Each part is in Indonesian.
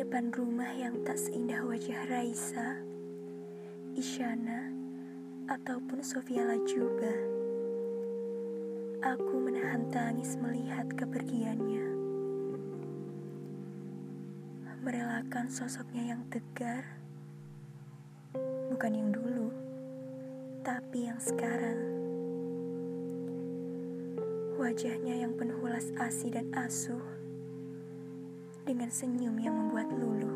depan rumah yang tak seindah wajah Raisa, Isyana, ataupun Sofia Lajuba, aku menahan tangis melihat kepergiannya. Merelakan sosoknya yang tegar, bukan yang dulu, tapi yang sekarang. Wajahnya yang penuh ulas asi dan asuh, dengan senyum yang membuat luluh,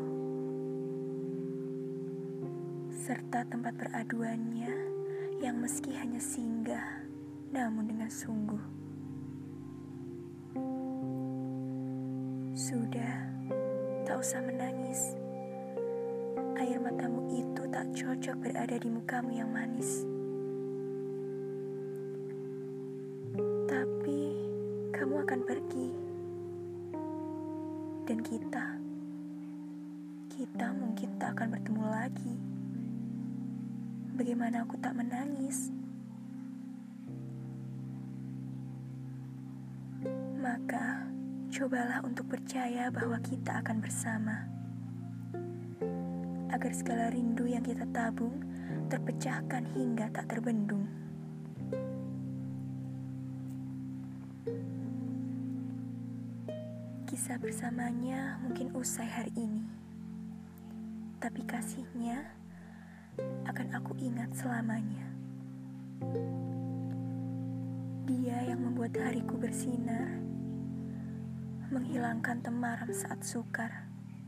serta tempat peraduannya yang meski hanya singgah, namun dengan sungguh. Sudah, tak usah menangis. Air matamu itu tak cocok berada di mukamu yang manis. Tapi, kamu akan pergi. Dan kita mungkin tak akan bertemu lagi. Bagaimana aku tak menangis? Maka, cobalah untuk percaya bahwa kita akan bersama. Agar segala rindu yang kita tabung terpecahkan hingga tak terbendung. Kisah bersamanya mungkin usai hari ini, tapi kasihnya akan aku ingat selamanya. Dia yang membuat hariku bersinar, menghilangkan temaram saat sukar.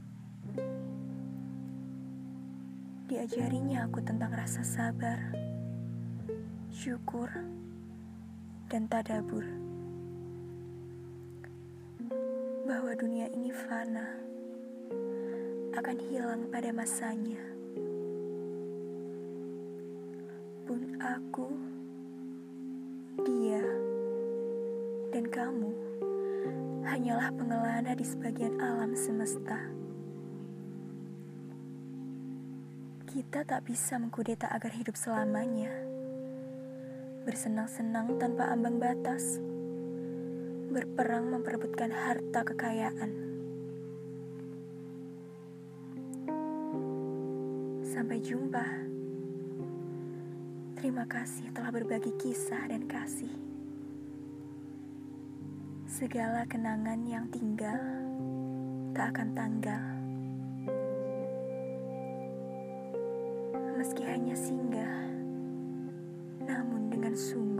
Diajarinya aku tentang rasa sabar, syukur, dan tadabur. Bahwa dunia ini fana, akan hilang pada masanya. Pun aku, dia, dan kamu hanyalah pengelana di sebagian alam semesta. Kita tak bisa mengkudeta agar hidup selamanya, bersenang-senang tanpa ambang batas, berperang memperebutkan harta kekayaan. Sampai jumpa. Terima kasih telah berbagi kisah dan kasih. Segala kenangan yang tinggal tak akan tanggal. Meski hanya singgah, namun dengan sungguh.